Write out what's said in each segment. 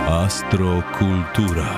Astrokultura.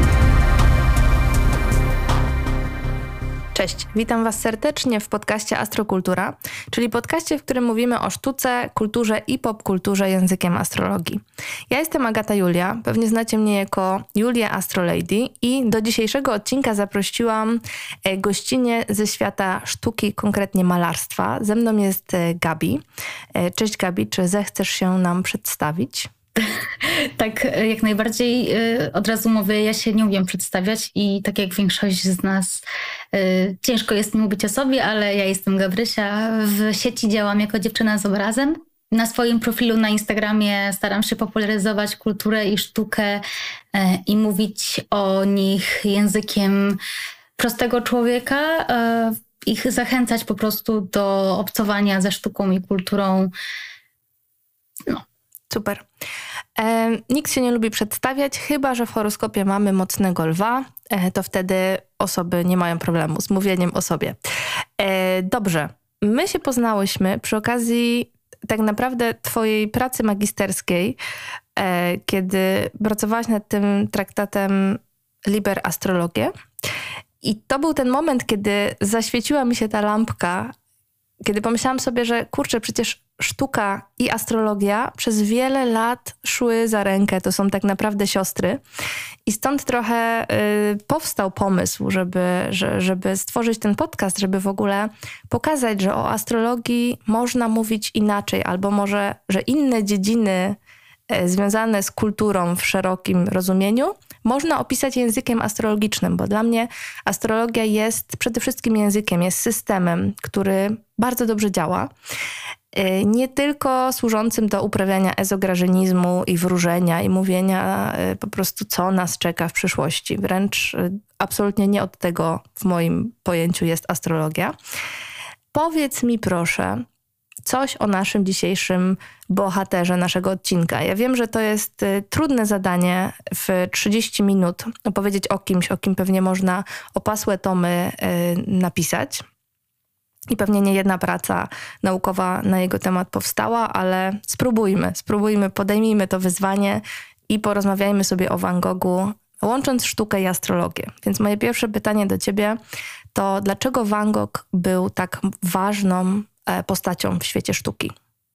Cześć, witam Was serdecznie w podcaście Astrokultura, czyli podcaście, w którym mówimy o sztuce, kulturze i popkulturze językiem astrologii. Ja jestem Agata Julia, pewnie znacie mnie jako Julia Astrolady i do dzisiejszego odcinka zaprosiłam gościnię ze świata sztuki, konkretnie malarstwa. Ze mną jest Gabi. Cześć Gabi, czy zechcesz się nam przedstawić? Tak, jak najbardziej. Od razu mówię, ja się nie umiem przedstawiać i tak jak większość z nas, ciężko jest mi mówić o sobie, ale ja jestem Gabrysia. W sieci działam jako dziewczyna z obrazem. Na swoim profilu na Instagramie staram się popularyzować kulturę i sztukę i mówić o nich językiem prostego człowieka, ich zachęcać po prostu do obcowania ze sztuką i kulturą. Super. Nikt się nie lubi przedstawiać, chyba że w horoskopie mamy mocnego lwa, to wtedy osoby nie mają problemu z mówieniem o sobie. Dobrze, my się poznałyśmy przy okazji tak naprawdę twojej pracy magisterskiej, kiedy pracowałaś nad tym traktatem Liber Astrologie. I to był ten moment, kiedy zaświeciła mi się ta lampka, kiedy pomyślałam sobie, że kurczę, przecież sztuka i astrologia przez wiele lat szły za rękę. To są tak naprawdę siostry. I stąd trochę powstał pomysł, żeby stworzyć ten podcast, żeby w ogóle pokazać, że o astrologii można mówić inaczej, albo może, że inne dziedziny związane z kulturą w szerokim rozumieniu można opisać językiem astrologicznym, bo dla mnie astrologia jest przede wszystkim językiem, jest systemem, który bardzo dobrze działa. Nie tylko służącym do uprawiania ezograżynizmu i wróżenia i mówienia po prostu, co nas czeka w przyszłości. Wręcz absolutnie nie od tego w moim pojęciu jest astrologia. Powiedz mi proszę coś o naszym dzisiejszym bohaterze naszego odcinka. Ja wiem, że to jest trudne zadanie w 30 minut opowiedzieć o kimś, o kim pewnie można opasłe tomy napisać. I pewnie nie jedna praca naukowa na jego temat powstała, ale spróbujmy, podejmijmy to wyzwanie i porozmawiajmy sobie o Van Goghu, łącząc sztukę i astrologię. Więc moje pierwsze pytanie do ciebie to dlaczego Van Gogh był tak ważną postacią w świecie sztuki?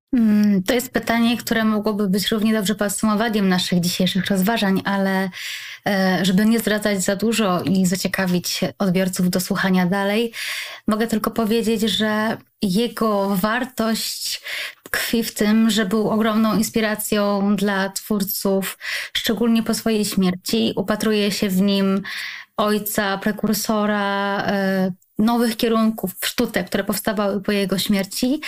To jest pytanie, które mogłoby być równie dobrze podsumowaniem naszych dzisiejszych rozważań, ale żeby nie zdradzać za dużo i zaciekawić odbiorców do słuchania dalej, mogę tylko powiedzieć, że jego wartość tkwi w tym, że był ogromną inspiracją dla twórców, szczególnie po swojej śmierci. Upatruje się w nim ojca, prekursora nowych kierunków w sztuce, które powstawały po jego śmierci.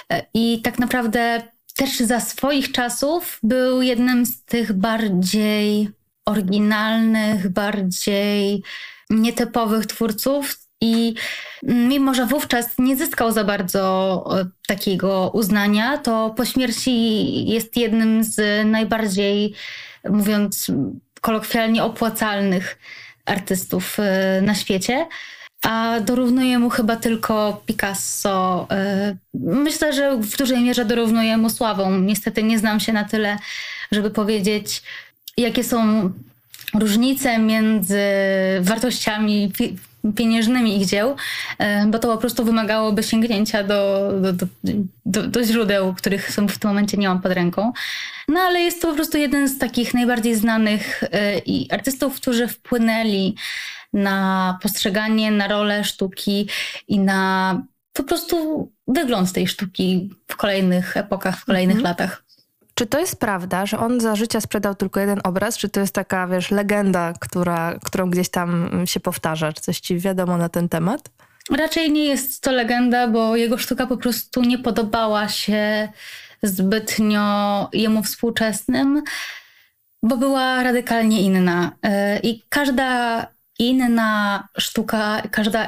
I tak naprawdę też za swoich czasów był jednym z tych bardziej oryginalnych, bardziej nietypowych twórców. I mimo, że wówczas nie zyskał za bardzo takiego uznania, to po śmierci jest jednym z najbardziej, mówiąc kolokwialnie, opłacalnych artystów na świecie. A dorównuje mu chyba tylko Picasso. Myślę, że w dużej mierze dorównuje mu sławą. Niestety nie znam się na tyle, żeby powiedzieć, jakie są różnice między wartościami pieniężnymi ich dzieł, bo to po prostu wymagałoby sięgnięcia do źródeł, których w tym momencie nie mam pod ręką. No ale jest to po prostu jeden z takich najbardziej znanych artystów, którzy wpłynęli na postrzeganie, na rolę sztuki i na po prostu wygląd tej sztuki w kolejnych epokach, w kolejnych latach. Czy to jest prawda, że on za życia sprzedał tylko jeden obraz? Czy to jest taka, legenda, którą gdzieś tam się powtarza? Czy coś ci wiadomo na ten temat? Raczej nie jest to legenda, bo jego sztuka po prostu nie podobała się zbytnio jemu współczesnym, bo była radykalnie inna. I każda inna sztuka,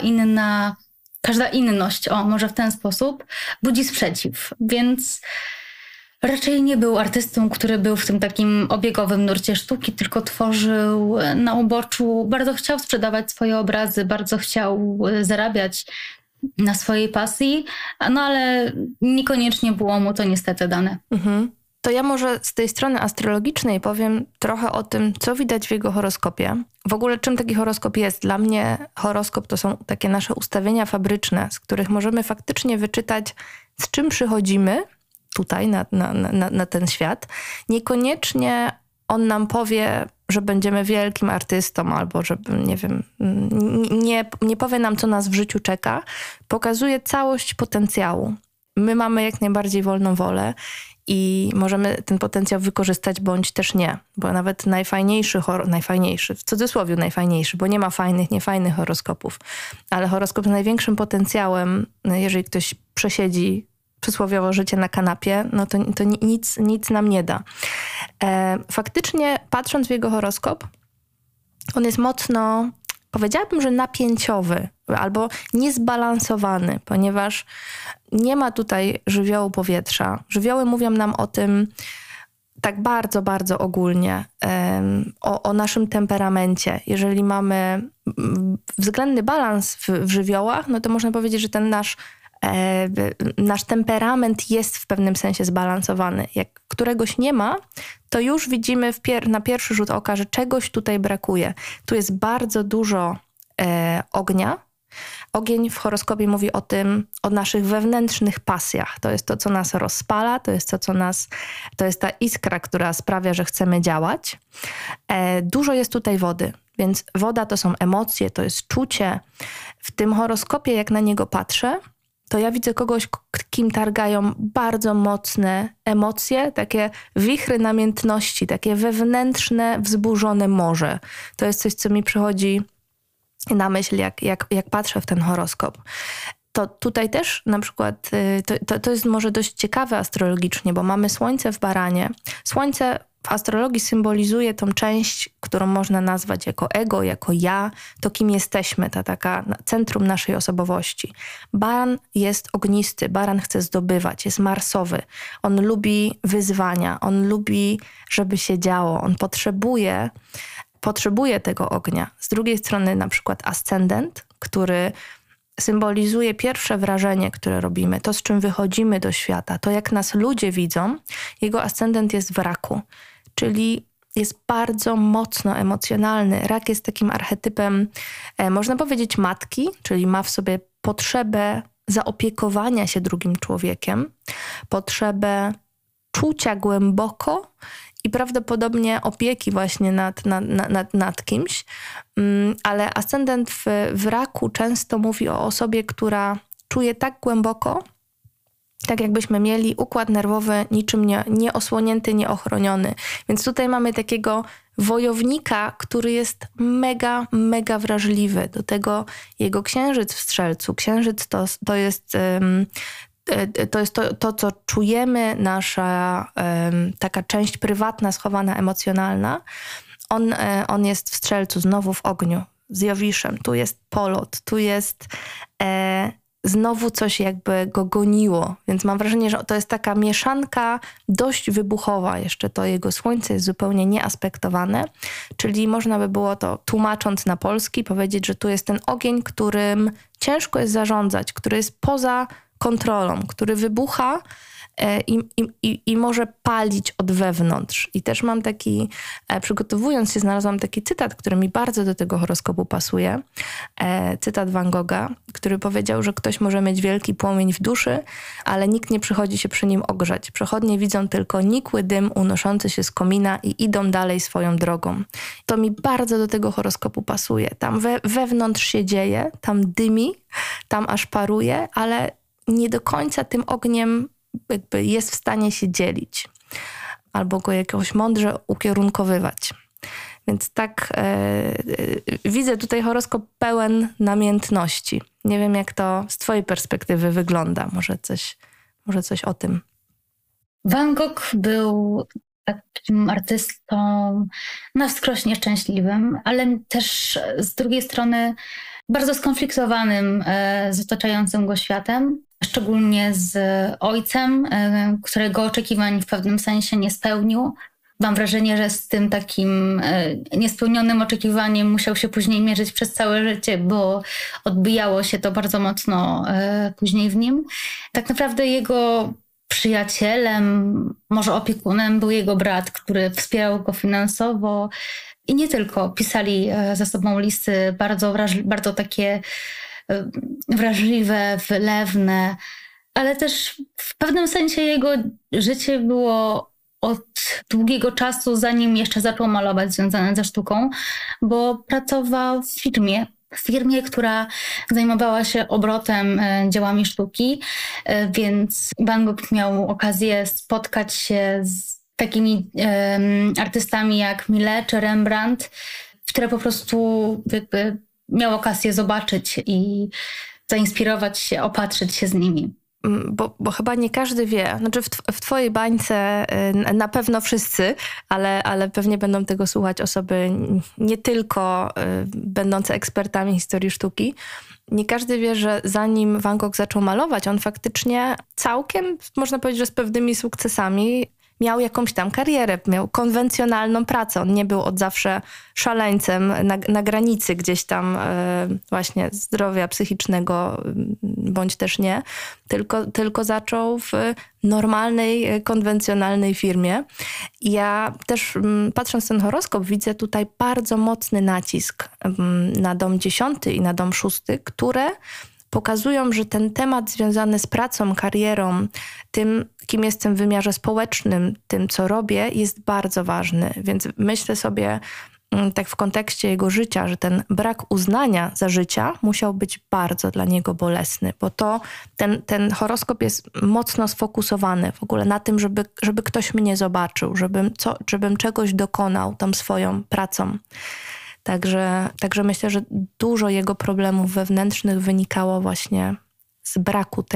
każda inność, może w ten sposób, budzi sprzeciw. Więc raczej nie był artystą, który był w tym takim obiegowym nurcie sztuki, tylko tworzył na uboczu. Bardzo chciał sprzedawać swoje obrazy, bardzo chciał zarabiać na swojej pasji, no ale niekoniecznie było mu to niestety dane. Mhm. To ja może z tej strony astrologicznej powiem trochę o tym, co widać w jego horoskopie. W ogóle czym taki horoskop jest? Dla mnie horoskop to są takie nasze ustawienia fabryczne, z których możemy faktycznie wyczytać, z czym przychodzimy tutaj na ten świat. Niekoniecznie on nam powie, że będziemy wielkim artystą albo że, nie wiem, nie powie nam, co nas w życiu czeka. Pokazuje całość potencjału. My mamy jak najbardziej wolną wolę i możemy ten potencjał wykorzystać bądź też nie. Bo nawet najfajniejszy, w cudzysłowie najfajniejszy, bo nie ma fajnych, niefajnych horoskopów, ale horoskop z największym potencjałem, jeżeli ktoś przesiedzi przysłowiowo życie na kanapie, no to nic nam nie da. Faktycznie patrząc w jego horoskop, on jest mocno, powiedziałabym, że napięciowy albo niezbalansowany, ponieważ nie ma tutaj żywiołu powietrza. Żywioły mówią nam o tym tak bardzo, bardzo ogólnie, o naszym temperamencie. Jeżeli mamy względny balans w żywiołach, no to można powiedzieć, że ten nasz temperament jest w pewnym sensie zbalansowany. Jak któregoś nie ma, to już widzimy na pierwszy rzut oka, że czegoś tutaj brakuje. Tu jest bardzo dużo ognia. Ogień w horoskopie mówi o naszych wewnętrznych pasjach. To jest to, co nas rozpala, to jest ta iskra, która sprawia, że chcemy działać. Dużo jest tutaj wody, więc woda to są emocje, to jest czucie. W tym horoskopie, jak na niego patrzę, to ja widzę kogoś, kim targają bardzo mocne emocje, takie wichry namiętności, takie wewnętrzne, wzburzone morze. To jest coś, co mi przychodzi na myśl, jak patrzę w ten horoskop. To tutaj też na przykład, to jest może dość ciekawe astrologicznie, bo mamy Słońce w Baranie. Słońce w astrologii symbolizuje tą część, którą można nazwać jako ego, jako ja, to kim jesteśmy, ta taka centrum naszej osobowości. Baran jest ognisty, baran chce zdobywać, jest marsowy. On lubi wyzwania, on lubi, żeby się działo, on potrzebuje tego ognia. Z drugiej strony na przykład ascendent, który symbolizuje pierwsze wrażenie, które robimy, to z czym wychodzimy do świata, to jak nas ludzie widzą, jego ascendent jest w raku, czyli jest bardzo mocno emocjonalny. Rak jest takim archetypem, można powiedzieć, matki, czyli ma w sobie potrzebę zaopiekowania się drugim człowiekiem, potrzebę czucia głęboko i prawdopodobnie opieki właśnie nad kimś, ale ascendent w raku często mówi o osobie, która czuje tak głęboko, tak jakbyśmy mieli układ nerwowy niczym nieosłonięty, nieochroniony. Więc tutaj mamy takiego wojownika, który jest mega, mega wrażliwy. Do tego jego księżyc w Strzelcu. Księżyc to jest to, co czujemy, nasza taka część prywatna, schowana, emocjonalna. On jest w Strzelcu, znowu w ogniu, z Jowiszem. Tu jest polot, tu jest znowu coś jakby go goniło. Więc mam wrażenie, że to jest taka mieszanka dość wybuchowa. Jeszcze to jego Słońce jest zupełnie nieaspektowane. Czyli można by było to, tłumacząc na polski, powiedzieć, że tu jest ten ogień, którym ciężko jest zarządzać, który jest poza kontrolą, który wybucha i może palić od wewnątrz. I też mam taki, przygotowując się, znalazłam taki cytat, który mi bardzo do tego horoskopu pasuje. Cytat Van Gogha, który powiedział, że ktoś może mieć wielki płomień w duszy, ale nikt nie przychodzi się przy nim ogrzać. Przechodnie widzą tylko nikły dym unoszący się z komina i idą dalej swoją drogą. To mi bardzo do tego horoskopu pasuje. Tam wewnątrz się dzieje, tam dymi, tam aż paruje, ale nie do końca tym ogniem jakby jest w stanie się dzielić albo go jakoś mądrze ukierunkowywać. Więc tak widzę tutaj horoskop pełen namiętności. Nie wiem, jak to z twojej perspektywy wygląda. Może coś o tym. Van Gogh był takim artystą na wskroś nieszczęśliwym, ale też z drugiej strony bardzo skonfliktowanym z otaczającym go światem, szczególnie z ojcem, którego oczekiwań w pewnym sensie nie spełnił. Mam wrażenie, że z tym takim niespełnionym oczekiwaniem musiał się później mierzyć przez całe życie, bo odbijało się to bardzo mocno później w nim. Tak naprawdę jego przyjacielem, może opiekunem był jego brat, który wspierał go finansowo. I nie tylko. Pisali ze sobą listy bardzo takie wrażliwe, wylewne, ale też w pewnym sensie jego życie było od długiego czasu, zanim jeszcze zaczął malować, związane ze sztuką, bo pracował w firmie, która zajmowała się obrotem dziełami sztuki, więc Van Gogh miał okazję spotkać się z takimi artystami jak Millet czy Rembrandt, które po prostu jakby miał okazję zobaczyć i zainspirować się, opatrzyć się z nimi. Bo chyba nie każdy wie, znaczy w twojej bańce na pewno wszyscy, ale pewnie będą tego słuchać osoby nie tylko będące ekspertami historii sztuki. Nie każdy wie, że zanim Van Gogh zaczął malować, on faktycznie całkiem, można powiedzieć, że z pewnymi sukcesami miał jakąś tam karierę, miał konwencjonalną pracę. On nie był od zawsze szaleńcem na granicy gdzieś tam właśnie zdrowia psychicznego, bądź też nie, tylko zaczął w normalnej, konwencjonalnej firmie. I ja też patrząc na ten horoskop widzę tutaj bardzo mocny nacisk na dom 10 i na dom 6, które pokazują, że ten temat związany z pracą, karierą, tym, kim jestem w wymiarze społecznym, tym, co robię, jest bardzo ważny. Więc myślę sobie tak w kontekście jego życia, że ten brak uznania za życia musiał być bardzo dla niego bolesny, bo ten horoskop jest mocno sfokusowany w ogóle na tym, żeby ktoś mnie zobaczył, żebym czegoś dokonał tą swoją pracą. Także myślę, że dużo jego problemów wewnętrznych wynikało właśnie z braku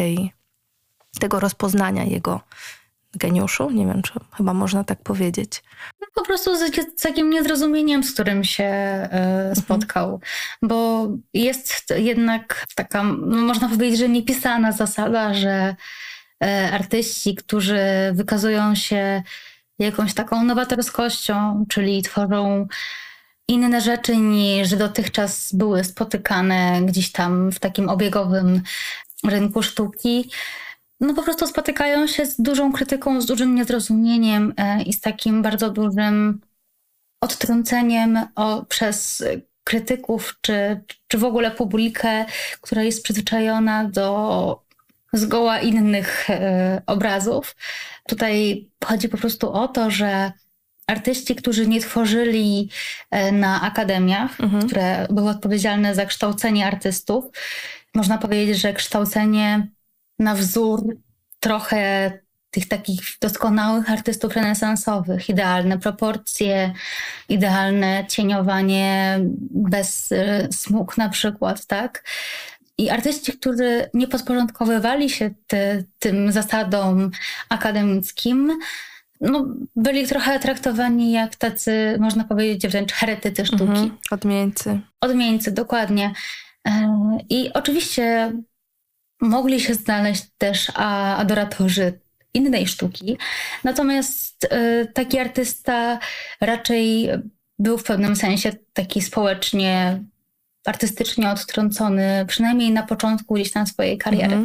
tego rozpoznania jego geniuszu. Nie wiem, czy chyba można tak powiedzieć. Po prostu z takim niezrozumieniem, z którym się spotkał. Bo jest jednak taka, można powiedzieć, że niepisana zasada, że artyści, którzy wykazują się jakąś taką nowatorskością, czyli tworzą inne rzeczy niż dotychczas były spotykane gdzieś tam w takim obiegowym rynku sztuki, po prostu spotykają się z dużą krytyką, z dużym niezrozumieniem i z takim bardzo dużym odtrąceniem przez krytyków, czy w ogóle publikę, która jest przyzwyczajona do zgoła innych obrazów. Tutaj chodzi po prostu o to, że artyści, którzy nie tworzyli na akademiach, które były odpowiedzialne za kształcenie artystów, można powiedzieć, że kształcenie na wzór trochę tych takich doskonałych artystów renesansowych, idealne proporcje, idealne cieniowanie bez smug na przykład, tak? I artyści, którzy nie podporządkowywali się tym zasadom akademickim, byli trochę traktowani jak tacy, można powiedzieć, wręcz heretycy sztuki. Odmieńcy, dokładnie. I oczywiście mogli się znaleźć też adoratorzy innej sztuki. Natomiast taki artysta raczej był w pewnym sensie taki społecznie, artystycznie odtrącony, przynajmniej na początku gdzieś tam swojej kariery.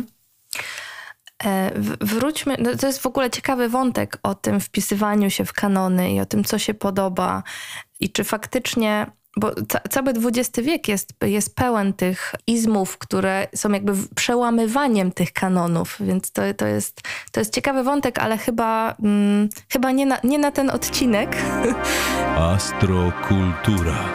Wróćmy, to jest w ogóle ciekawy wątek o tym wpisywaniu się w kanony i o tym, co się podoba i czy faktycznie, bo cały XX wiek jest pełen tych izmów, które są jakby przełamywaniem tych kanonów, więc to jest ciekawy wątek, ale chyba nie na ten odcinek. Astrokultura.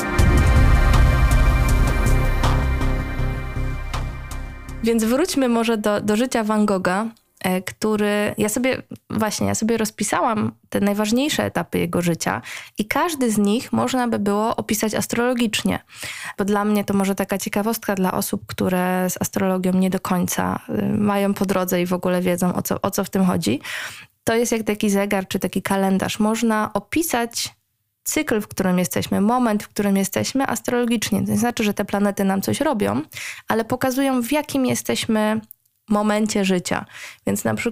Więc wróćmy może do życia Van Gogha, który... Ja sobie rozpisałam te najważniejsze etapy jego życia i każdy z nich można by było opisać astrologicznie. Bo dla mnie to może taka ciekawostka dla osób, które z astrologią nie do końca mają po drodze i w ogóle wiedzą, o co w tym chodzi. To jest jak taki zegar czy taki kalendarz. Można opisać cykl, w którym jesteśmy, moment, w którym jesteśmy astrologicznie. To nie znaczy, że te planety nam coś robią, ale pokazują, w jakim jesteśmy momencie życia. Więc na przykład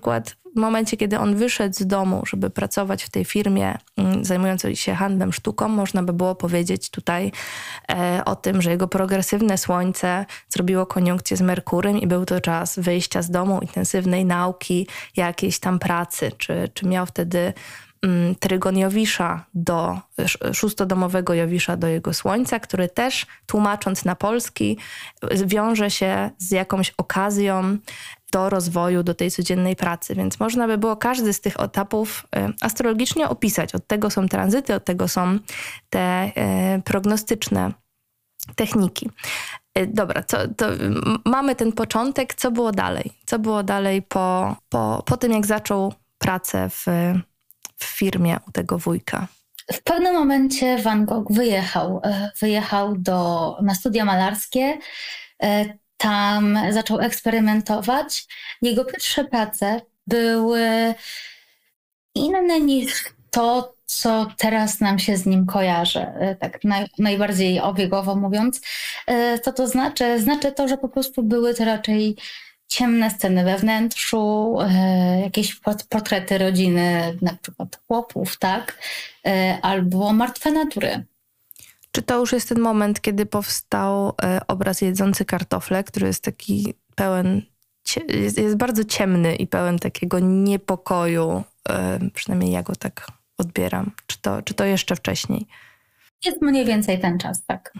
w momencie, kiedy on wyszedł z domu, żeby pracować w tej firmie zajmującej się handlem sztuką, można by było powiedzieć tutaj o tym, że jego progresywne słońce zrobiło koniunkcję z Merkurym i był to czas wyjścia z domu, intensywnej nauki, jakiejś tam pracy, czy miał wtedy trygon Jowisza szóstodomowego Jowisza do jego słońca, który też, tłumacząc na polski, wiąże się z jakąś okazją do rozwoju, do tej codziennej pracy. Więc można by było każdy z tych etapów astrologicznie opisać. Od tego są tranzyty, od tego są te prognostyczne techniki. Dobra, mamy ten początek. Co było dalej? Co było dalej po tym, jak zaczął pracę w firmie u tego wujka? W pewnym momencie Van Gogh wyjechał na studia malarskie. Tam zaczął eksperymentować. Jego pierwsze prace były inne niż to, co teraz nam się z nim kojarzy, tak najbardziej obiegowo mówiąc. Co to znaczy? Znaczy to, że po prostu były to raczej ciemne sceny we wnętrzu, jakieś portrety rodziny, na przykład chłopów, tak? Albo martwe natury. Czy to już jest ten moment, kiedy powstał obraz jedzący kartofle, który jest taki pełen, jest bardzo ciemny i pełen takiego niepokoju, przynajmniej ja go tak odbieram. Czy to jeszcze wcześniej? Jest mniej więcej ten czas, tak.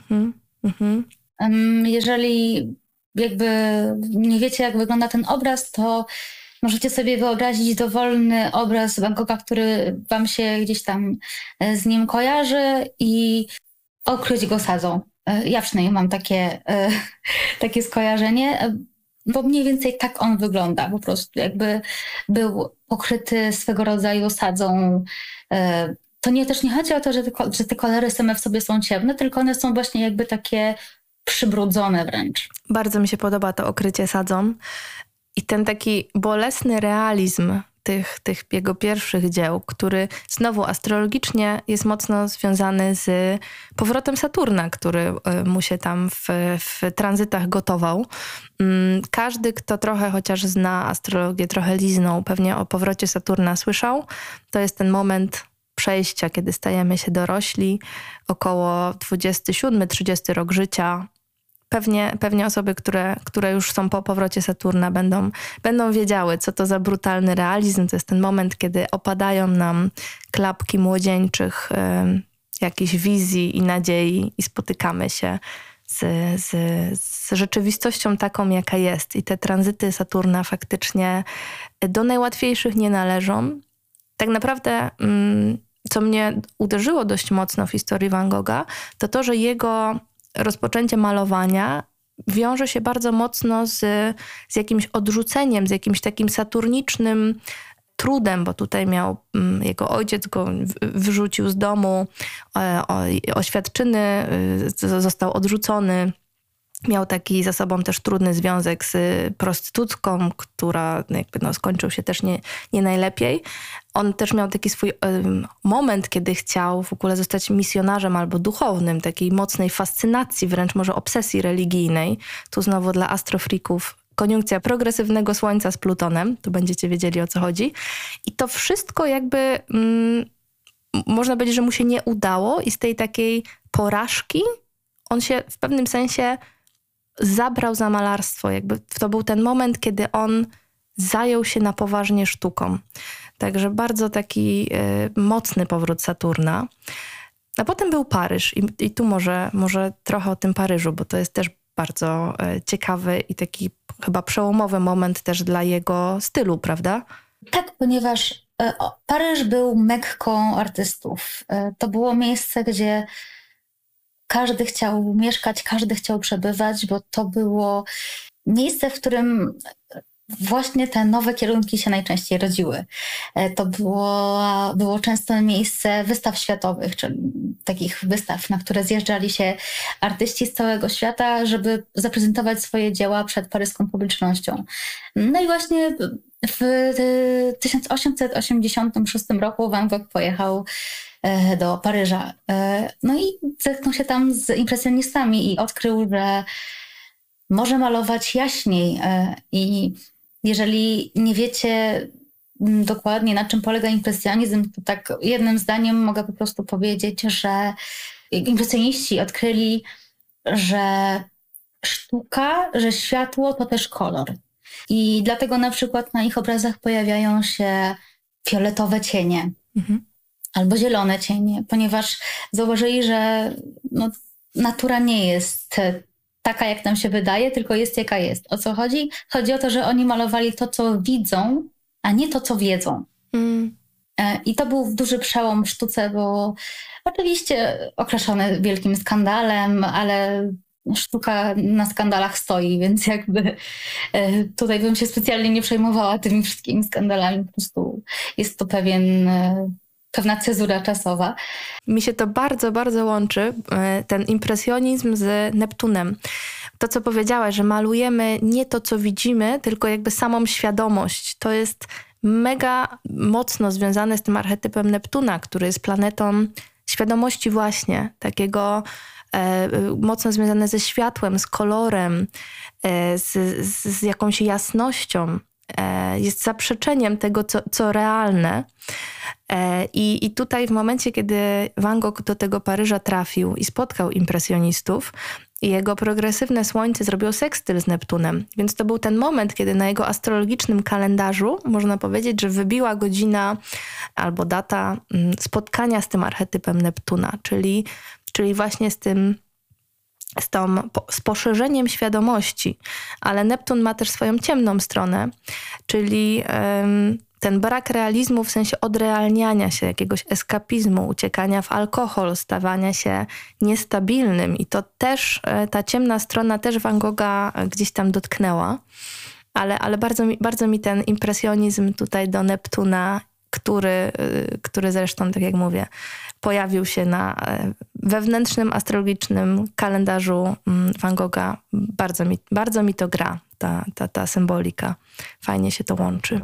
Jeżeli jakby nie wiecie, jak wygląda ten obraz, to możecie sobie wyobrazić dowolny obraz Van Gogha, który wam się gdzieś tam z nim kojarzy i okryć go sadzą. Ja przynajmniej mam takie skojarzenie, bo mniej więcej tak on wygląda. Po prostu jakby był pokryty swego rodzaju sadzą. To też nie chodzi o to, że te kolory same w sobie są ciemne, tylko one są właśnie jakby takie przybrudzone wręcz. Bardzo mi się podoba to okrycie sadzą i ten taki bolesny realizm tych jego pierwszych dzieł, który znowu astrologicznie jest mocno związany z powrotem Saturna, który mu się tam w tranzytach gotował. Każdy, kto trochę chociaż zna astrologię, trochę liznął, pewnie o powrocie Saturna słyszał. To jest ten moment przejścia, kiedy stajemy się dorośli, około 27-30 rok życia. Pewnie osoby, które już są po powrocie Saturna będą wiedziały, co to za brutalny realizm. To jest ten moment, kiedy opadają nam klapki młodzieńczych jakichś wizji i nadziei i spotykamy się z rzeczywistością taką, jaka jest. I te tranzyty Saturna faktycznie do najłatwiejszych nie należą. Tak naprawdę co mnie uderzyło dość mocno w historii Van Gogha, to, że jego rozpoczęcie malowania wiąże się bardzo mocno z jakimś odrzuceniem, z jakimś takim saturnicznym trudem, bo tutaj jego ojciec go wyrzucił z domu, oświadczyny, został odrzucony. Miał taki za sobą też trudny związek z prostytutką, która jakby skończył się też nie najlepiej. On też miał taki swój moment, kiedy chciał w ogóle zostać misjonarzem albo duchownym, takiej mocnej fascynacji, wręcz może obsesji religijnej. Tu znowu dla astrofrików koniunkcja progresywnego Słońca z Plutonem. Tu będziecie wiedzieli, o co chodzi. I to wszystko jakby można powiedzieć, że mu się nie udało i z tej takiej porażki on się w pewnym sensie zabrał za malarstwo. Jakby to był ten moment, kiedy on zajął się na poważnie sztuką. Także bardzo taki mocny powrót Saturna. A potem był Paryż i tu może trochę o tym Paryżu, bo to jest też bardzo ciekawy i taki chyba przełomowy moment też dla jego stylu, prawda? Tak, ponieważ Paryż był Mekką artystów. To było miejsce, gdzie każdy chciał mieszkać, każdy chciał przebywać, bo to było miejsce, w którym właśnie te nowe kierunki się najczęściej rodziły. To było często miejsce wystaw światowych, czyli takich wystaw, na które zjeżdżali się artyści z całego świata, żeby zaprezentować swoje dzieła przed paryską publicznością. No i właśnie w 1886 roku Van Gogh pojechał do Paryża. No i zetknął się tam z impresjonistami i odkrył, że może malować jaśniej. I jeżeli nie wiecie, dokładnie, na czym polega impresjonizm, to tak jednym zdaniem mogę po prostu powiedzieć, że impresjoniści odkryli, że sztuka, że światło to też kolor. I dlatego na przykład na ich obrazach pojawiają się fioletowe cienie albo zielone cienie, ponieważ zauważyli, że natura nie jest taka, jak nam się wydaje, tylko jest jaka jest. O co chodzi? Chodzi o to, że oni malowali to, co widzą, a nie to, co wiedzą. I to był duży przełom w sztuce, bo oczywiście okraszony wielkim skandalem, ale sztuka na skandalach stoi, więc jakby tutaj bym się specjalnie nie przejmowała tymi wszystkimi skandalami. Po prostu jest to pewna cezura czasowa. Mi się to bardzo, bardzo łączy, ten impresjonizm z Neptunem. To, co powiedziałaś, że malujemy nie to, co widzimy, tylko jakby samą świadomość. To jest mega mocno związane z tym archetypem Neptuna, który jest planetą świadomości właśnie, takiego mocno związane ze światłem, z kolorem, z jakąś jasnością. Jest zaprzeczeniem tego, co realne. I tutaj w momencie, kiedy Van Gogh do tego Paryża trafił i spotkał impresjonistów, jego progresywne słońce zrobiło sekstyl z Neptunem. Więc to był ten moment, kiedy na jego astrologicznym kalendarzu można powiedzieć, że wybiła godzina albo data spotkania z tym archetypem Neptuna, czyli właśnie z poszerzeniem świadomości. Ale Neptun ma też swoją ciemną stronę, czyli ten brak realizmu w sensie odrealniania się, jakiegoś eskapizmu, uciekania w alkohol, stawania się niestabilnym. I to też, ta ciemna strona też Van Gogha gdzieś tam dotknęła. Ale bardzo mi ten impresjonizm tutaj do Neptuna, który zresztą, tak jak mówię, pojawił się na wewnętrznym astrologicznym kalendarzu Van Gogha. Bardzo mi to gra, ta symbolika. Fajnie się to łączy.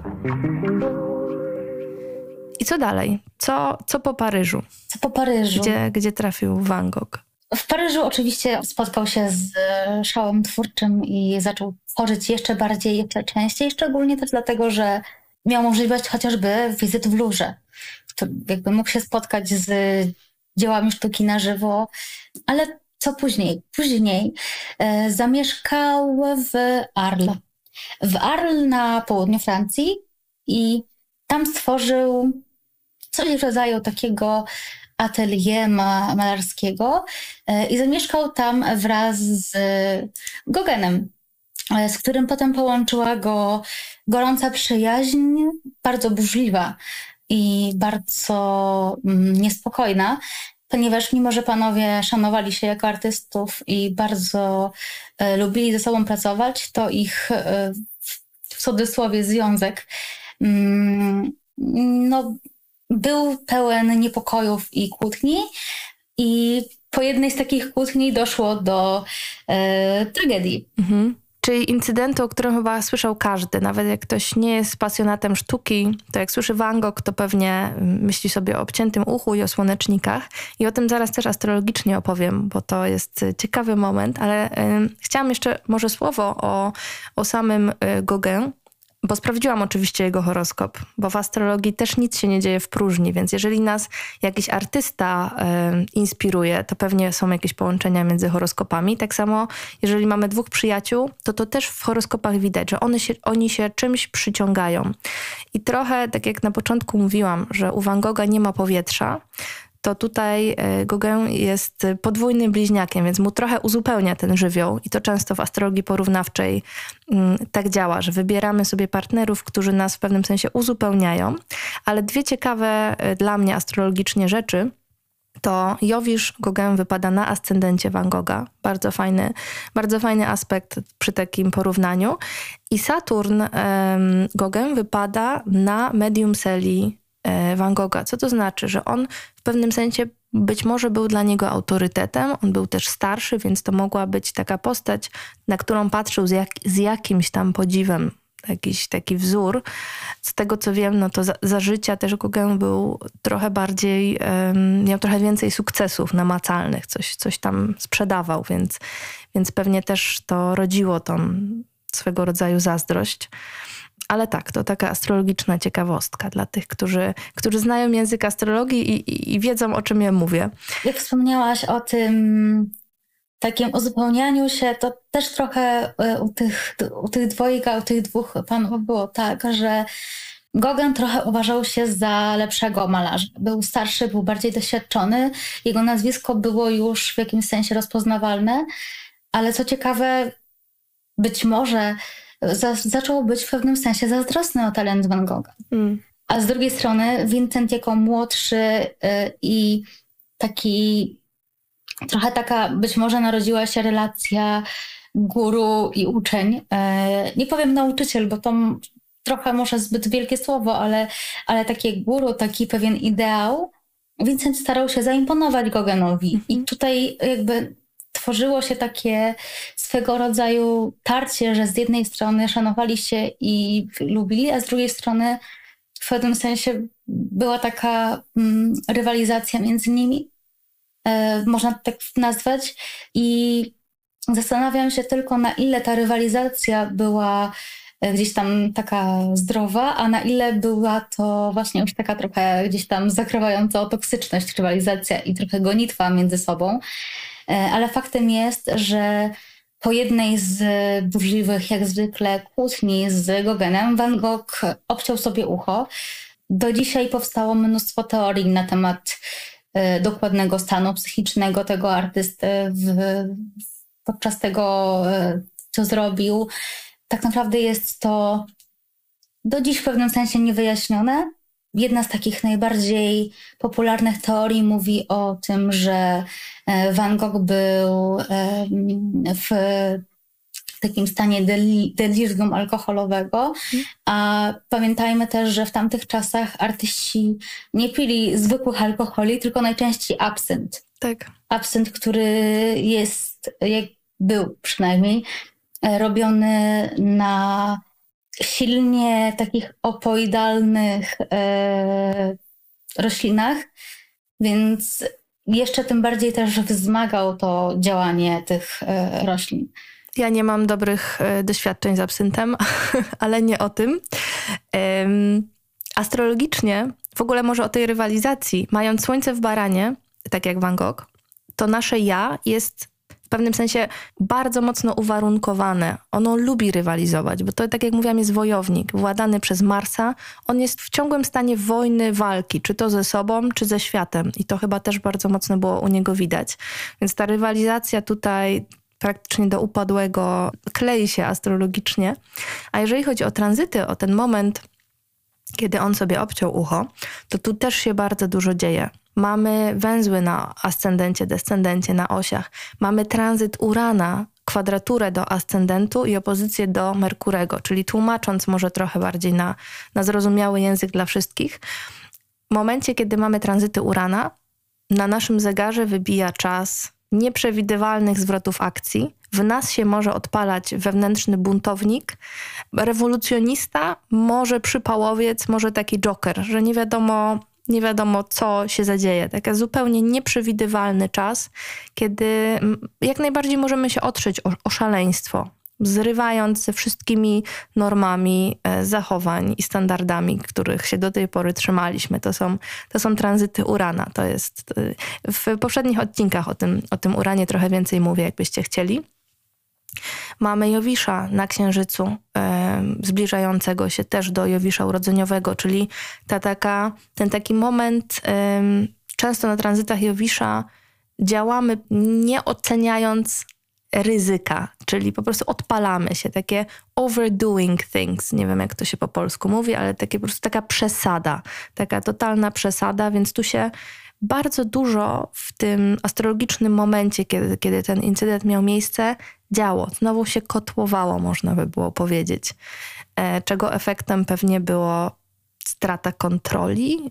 I co dalej? Co po Paryżu? Co po Paryżu? Gdzie trafił Van Gogh? W Paryżu oczywiście spotkał się z szałem twórczym i zaczął tworzyć jeszcze bardziej, jeszcze częściej, szczególnie też dlatego, że miał możliwość chociażby wizyt w Louvre. Jakby mógł się spotkać z dziełami sztuki na żywo, ale co później? Później zamieszkał w Arles. W Arles na południu Francji i tam stworzył coś w rodzaju takiego atelier malarskiego i zamieszkał tam wraz z Gauguinem, z którym potem połączyła go gorąca przyjaźń, bardzo burzliwa i bardzo niespokojna, ponieważ mimo, że panowie szanowali się jako artystów i bardzo lubili ze sobą pracować, to ich w cudzysłowie związek był pełen niepokojów i kłótni i po jednej z takich kłótni doszło do tragedii. Czyli incydentu, o którym chyba słyszał każdy. Nawet jak ktoś nie jest pasjonatem sztuki, to jak słyszy Van Gogh, to pewnie myśli sobie o obciętym uchu i o słonecznikach. I o tym zaraz też astrologicznie opowiem, bo to jest ciekawy moment. Ale chciałam jeszcze może słowo o samym Gauguin, bo sprawdziłam oczywiście jego horoskop, bo w astrologii też nic się nie dzieje w próżni, więc jeżeli nas jakiś artysta inspiruje, to pewnie są jakieś połączenia między horoskopami. Tak samo, jeżeli mamy dwóch przyjaciół, to też w horoskopach widać, że oni się czymś przyciągają. I trochę, tak jak na początku mówiłam, że u Van Gogha nie ma powietrza, to tutaj Gauguin jest podwójnym bliźniakiem, więc mu trochę uzupełnia ten żywioł. I to często w astrologii porównawczej tak działa, że wybieramy sobie partnerów, którzy nas w pewnym sensie uzupełniają. Ale dwie ciekawe dla mnie astrologicznie rzeczy, to Jowisz Gauguin wypada na ascendencie Van Gogha. Bardzo fajny aspekt przy takim porównaniu. I Saturn Gauguin wypada na medium celi Van Gogha. Co to znaczy? Że on w pewnym sensie być może był dla niego autorytetem. On był też starszy, więc to mogła być taka postać, na którą patrzył z jakimś tam podziwem. Jakiś taki wzór. Z tego co wiem, no to za życia też Gauguin był trochę bardziej, miał trochę więcej sukcesów namacalnych. Coś tam sprzedawał, więc pewnie też to rodziło tą swego rodzaju zazdrość. Ale tak, to taka astrologiczna ciekawostka dla tych, którzy znają język astrologii i wiedzą, o czym ja mówię. Jak wspomniałaś o tym takim uzupełnianiu się, to też trochę u tych dwojga, u tych dwóch panów było tak, że Gauguin trochę uważał się za lepszego malarza. Był starszy, był bardziej doświadczony. Jego nazwisko było już w jakimś sensie rozpoznawalne, ale co ciekawe, być może zaczął być w pewnym sensie zazdrosny o talent Van Gogha. A z drugiej strony Vincent jako młodszy i taki trochę taka, być może narodziła się relacja guru i uczeń. Nie powiem nauczyciel, bo to trochę może zbyt wielkie słowo, ale takie guru, taki pewien ideał. Vincent starał się zaimponować Gauguinowi. I tutaj jakby tworzyło się takie swego rodzaju tarcie, że z jednej strony szanowali się i lubili, a z drugiej strony w pewnym sensie była taka rywalizacja między nimi. Można tak nazwać. I zastanawiam się tylko, na ile ta rywalizacja była gdzieś tam taka zdrowa, a na ile była to właśnie już taka trochę gdzieś tam zakrywająca o toksyczność rywalizacja i trochę gonitwa między sobą. Ale faktem jest, że po jednej z burzliwych, jak zwykle, kłótni z Gauguinem Van Gogh obciął sobie ucho. Do dzisiaj powstało mnóstwo teorii na temat dokładnego stanu psychicznego tego artysty podczas tego, co zrobił. Tak naprawdę jest to do dziś w pewnym sensie niewyjaśnione. Jedna z takich najbardziej popularnych teorii mówi o tym, że Van Gogh był w takim stanie delirium alkoholowego, a pamiętajmy też, że w tamtych czasach artyści nie pili zwykłych alkoholi, tylko najczęściej absynt. Tak. Absynt, który był przynajmniej robiony na silnie takich opoidalnych roślinach, więc jeszcze tym bardziej też wzmagał to działanie tych roślin. Ja nie mam dobrych doświadczeń z absyntem, ale nie o tym. Astrologicznie, w ogóle może o tej rywalizacji, mając słońce w baranie, tak jak Van Gogh, to nasze ja jest w pewnym sensie bardzo mocno uwarunkowane. Ono lubi rywalizować, bo to, tak jak mówiłam, jest wojownik, władany przez Marsa. On jest w ciągłym stanie wojny, walki, czy to ze sobą, czy ze światem. I to chyba też bardzo mocno było u niego widać. Więc ta rywalizacja tutaj praktycznie do upadłego klei się astrologicznie. A jeżeli chodzi o tranzyty, o ten moment, kiedy on sobie obciął ucho, to tu też się bardzo dużo dzieje. Mamy węzły na ascendencie, descendencie, na osiach. Mamy tranzyt Urana, kwadraturę do ascendentu i opozycję do Merkurego, czyli tłumacząc może trochę bardziej na zrozumiały język dla wszystkich. W momencie, kiedy mamy tranzyty Urana, na naszym zegarze wybija czas nieprzewidywalnych zwrotów akcji. W nas się może odpalać wewnętrzny buntownik, rewolucjonista, może przypałowiec, może taki joker, że nie wiadomo, co się zadzieje. Taki zupełnie nieprzewidywalny czas, kiedy jak najbardziej możemy się otrzeć o szaleństwo, zrywając ze wszystkimi normami zachowań i standardami, których się do tej pory trzymaliśmy. To są tranzyty Urana. To jest w poprzednich odcinkach o tym Uranie trochę więcej mówię, jakbyście chcieli. Mamy Jowisza na Księżycu, zbliżającego się też do Jowisza urodzeniowego, czyli ten taki moment, często na tranzytach Jowisza działamy nie oceniając ryzyka, czyli po prostu odpalamy się, takie overdoing things, nie wiem jak to się po polsku mówi, ale takie po prostu taka przesada, taka totalna przesada, więc tu się bardzo dużo w tym astrologicznym momencie, kiedy ten incydent miał miejsce, działo. Znowu się kotłowało, można by było powiedzieć. Czego efektem pewnie było strata kontroli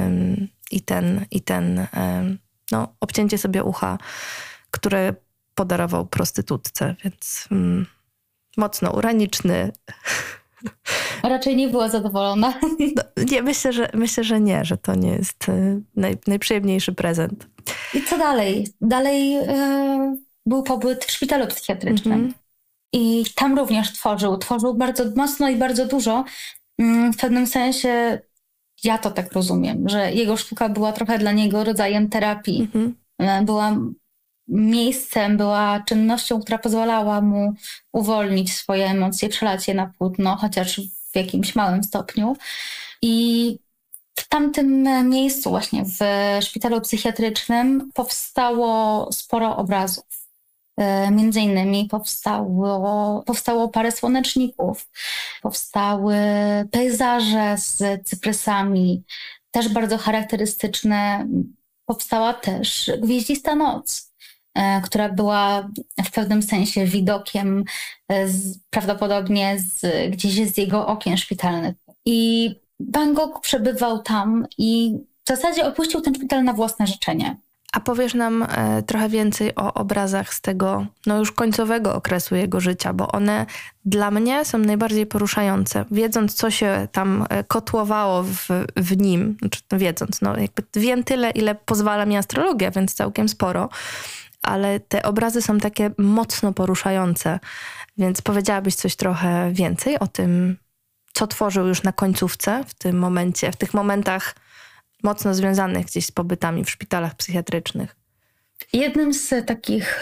i ten obcięcie sobie ucha, które podarował prostytutce, więc mocno uraniczny. Raczej nie była zadowolona. No, nie, myślę, że nie, że to nie jest najprzyjemniejszy prezent. I co dalej? Dalej był pobyt w szpitalu psychiatrycznym. I tam również tworzył bardzo mocno i bardzo dużo. W pewnym sensie ja to tak rozumiem, że jego sztuka była trochę dla niego rodzajem terapii. Była miejscem, była czynnością, która pozwalała mu uwolnić swoje emocje, przelać je na płótno, chociaż w jakimś małym stopniu. I w tamtym miejscu właśnie, w szpitalu psychiatrycznym powstało sporo obrazów. Między innymi powstało parę słoneczników, powstały pejzaże z cyprysami, też bardzo charakterystyczne. Powstała też Gwieździsta noc, która była w pewnym sensie widokiem prawdopodobnie gdzieś z jego okien szpitalnych. I Van Gogh przebywał tam i w zasadzie opuścił ten szpital na własne życzenie. A powiesz nam trochę więcej o obrazach z tego już końcowego okresu jego życia, bo one dla mnie są najbardziej poruszające. Wiedząc, co się tam kotłowało w nim, znaczy wiedząc, jakby wiem tyle, ile pozwala mi astrologia, więc całkiem sporo, ale te obrazy są takie mocno poruszające, więc powiedziałabyś coś trochę więcej o tym, co tworzył już na końcówce w tym momencie, w tych momentach mocno związanych gdzieś z pobytami w szpitalach psychiatrycznych. Jednym z takich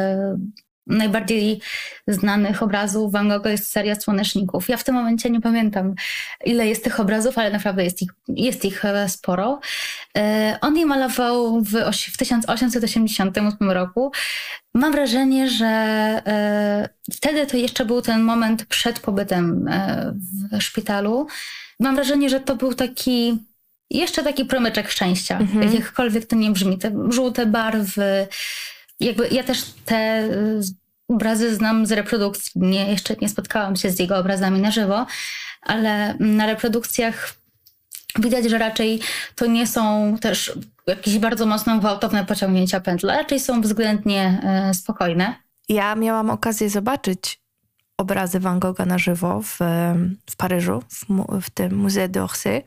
najbardziej znanych obrazów Van Gogha jest seria Słoneczników. Ja w tym momencie nie pamiętam, ile jest tych obrazów, ale naprawdę jest ich sporo. On je malował w 1888 roku. Mam wrażenie, że wtedy to jeszcze był ten moment przed pobytem w szpitalu. Mam wrażenie, że to był jeszcze taki promyczek szczęścia, jakkolwiek to nie brzmi. Te żółte barwy, jakby ja też te obrazy znam z reprodukcji. Jeszcze nie spotkałam się z jego obrazami na żywo, ale na reprodukcjach widać, że raczej to nie są też jakieś bardzo mocno gwałtowne pociągnięcia pętla, raczej są względnie spokojne. Ja miałam okazję zobaczyć obrazy Van Gogha na żywo w Paryżu, w tym Musée d'Orsay.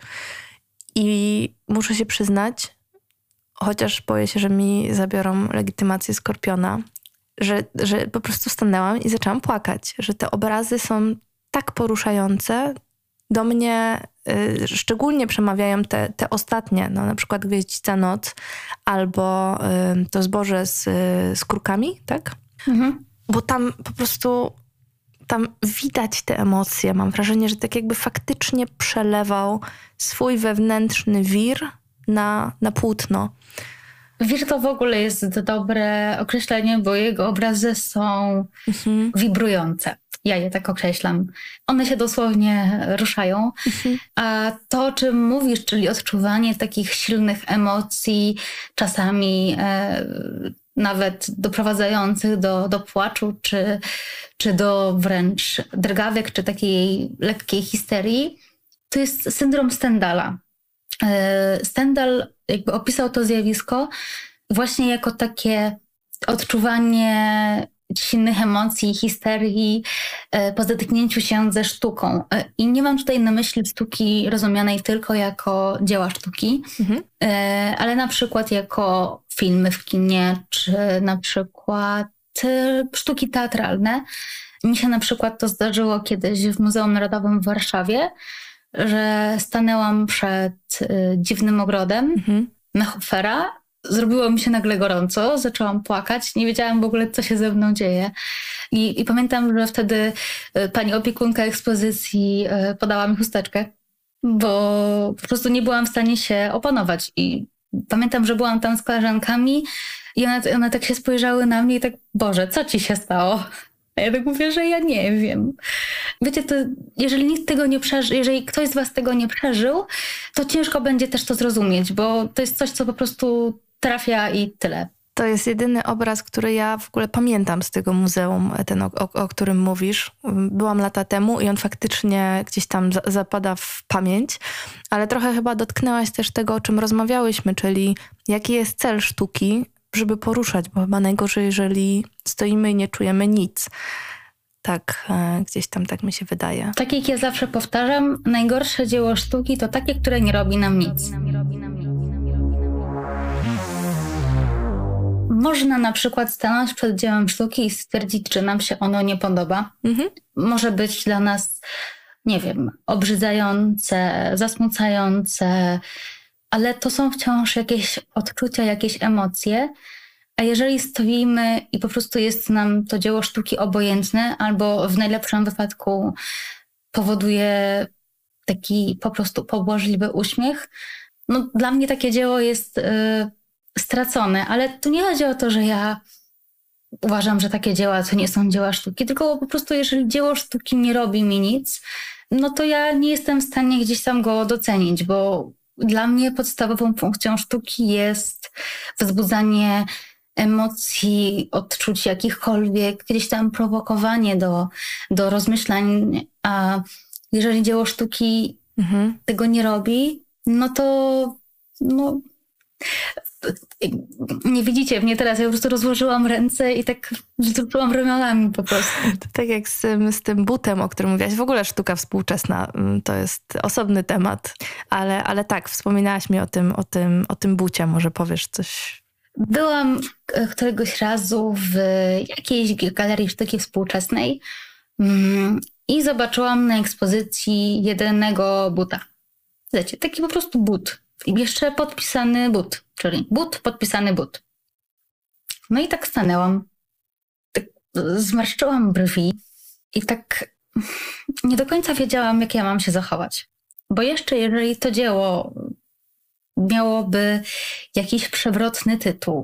I muszę się przyznać, chociaż boję się, że mi zabiorą legitymację Skorpiona, że po prostu stanęłam i zaczęłam płakać, że te obrazy są tak poruszające. Do mnie szczególnie przemawiają te ostatnie, na przykład Gwieździsta noc albo to zboże z kurkami, tak? Bo tam po prostu widać te emocje. Mam wrażenie, że tak jakby faktycznie przelewał swój wewnętrzny wir na płótno. Wir to w ogóle jest dobre określenie, bo jego obrazy są wibrujące. Ja je tak określam. One się dosłownie ruszają. A to, o czym mówisz, czyli odczuwanie takich silnych emocji, czasami nawet doprowadzających do płaczu, czy do wręcz drgawek, czy takiej lekkiej histerii, to jest syndrom Stendhala. Stendhal jakby opisał to zjawisko właśnie jako takie odczuwanie silnych emocji, histerii po zetknięciu się ze sztuką. I nie mam tutaj na myśli sztuki rozumianej tylko jako dzieła sztuki, ale na przykład jako filmy w kinie, czy na przykład sztuki teatralne. Mi się na przykład to zdarzyło kiedyś w Muzeum Narodowym w Warszawie, że stanęłam przed dziwnym ogrodem na Hopfera. Zrobiło mi się nagle gorąco, zaczęłam płakać, nie wiedziałam w ogóle, co się ze mną dzieje. I pamiętam, że wtedy pani opiekunka ekspozycji podała mi chusteczkę, bo po prostu nie byłam w stanie się opanować. I pamiętam, że byłam tam z koleżankami i one tak się spojrzały na mnie i tak, Boże, co ci się stało? A ja tak mówię, że ja nie wiem. Wiecie, to jeżeli nikt tego nie przeżył, jeżeli ktoś z was tego nie przeżył, to ciężko będzie też to zrozumieć, bo to jest coś, co po prostu trafia i tyle. To jest jedyny obraz, który ja w ogóle pamiętam z tego muzeum, ten o którym mówisz. Byłam lata temu i on faktycznie gdzieś tam zapada w pamięć, ale trochę chyba dotknęłaś też tego, o czym rozmawiałyśmy, czyli jaki jest cel sztuki, żeby poruszać, bo chyba najgorzej, jeżeli stoimy i nie czujemy nic. Tak, gdzieś tam tak mi się wydaje. Tak jak ja zawsze powtarzam, najgorsze dzieło sztuki to takie, które nie robi nam nic. Można na przykład stanąć przed dziełem sztuki i stwierdzić, czy nam się ono nie podoba. Może być dla nas, nie wiem, obrzydzające, zasmucające, ale to są wciąż jakieś odczucia, jakieś emocje. A jeżeli stoimy i po prostu jest nam to dzieło sztuki obojętne, albo w najlepszym wypadku powoduje taki po prostu pobłażliwy uśmiech, no dla mnie takie dzieło jest stracone. Ale tu nie chodzi o to, że ja uważam, że takie dzieła to nie są dzieła sztuki, tylko po prostu jeżeli dzieło sztuki nie robi mi nic, no to ja nie jestem w stanie gdzieś tam go docenić, bo dla mnie podstawową funkcją sztuki jest wzbudzanie emocji, odczuć jakichkolwiek, gdzieś tam prowokowanie do rozmyślań, a jeżeli dzieło sztuki tego nie robi, no to nie widzicie mnie teraz, ja po prostu rozłożyłam ręce i tak wzruszyłam ramionami po prostu. To tak jak z tym butem, o którym mówiłaś. W ogóle sztuka współczesna to jest osobny temat, ale tak, wspominałaś mi o tym bucie. Może powiesz coś? Byłam któregoś razu w jakiejś galerii sztuki współczesnej i zobaczyłam na ekspozycji jednego buta. Wiecie, taki po prostu but. I jeszcze podpisany but, czyli but, podpisany but. No i tak stanęłam, tak zmarszczyłam brwi i tak nie do końca wiedziałam, jak ja mam się zachować. Bo jeszcze jeżeli to dzieło miałoby jakiś przewrotny tytuł,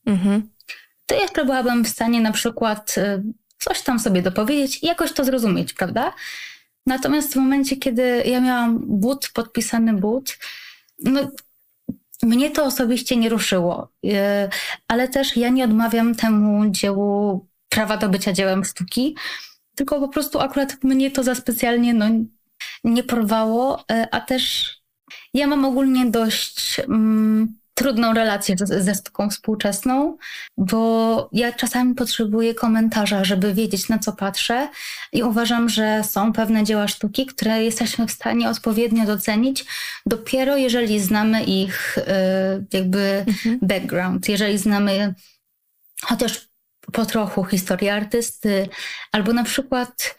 to jeszcze byłabym w stanie na przykład coś tam sobie dopowiedzieć i jakoś to zrozumieć, prawda? Natomiast w momencie, kiedy ja miałam but, podpisany but, no mnie to osobiście nie ruszyło, ale też ja nie odmawiam temu dziełu prawa do bycia dziełem sztuki, tylko po prostu akurat mnie to za specjalnie nie porwało, a też ja mam ogólnie dość trudną relację ze sztuką współczesną, bo ja czasami potrzebuję komentarza, żeby wiedzieć, na co patrzę, i uważam, że są pewne dzieła sztuki, które jesteśmy w stanie odpowiednio docenić dopiero jeżeli znamy ich jakby background, jeżeli znamy chociaż po trochu historię artysty, albo na przykład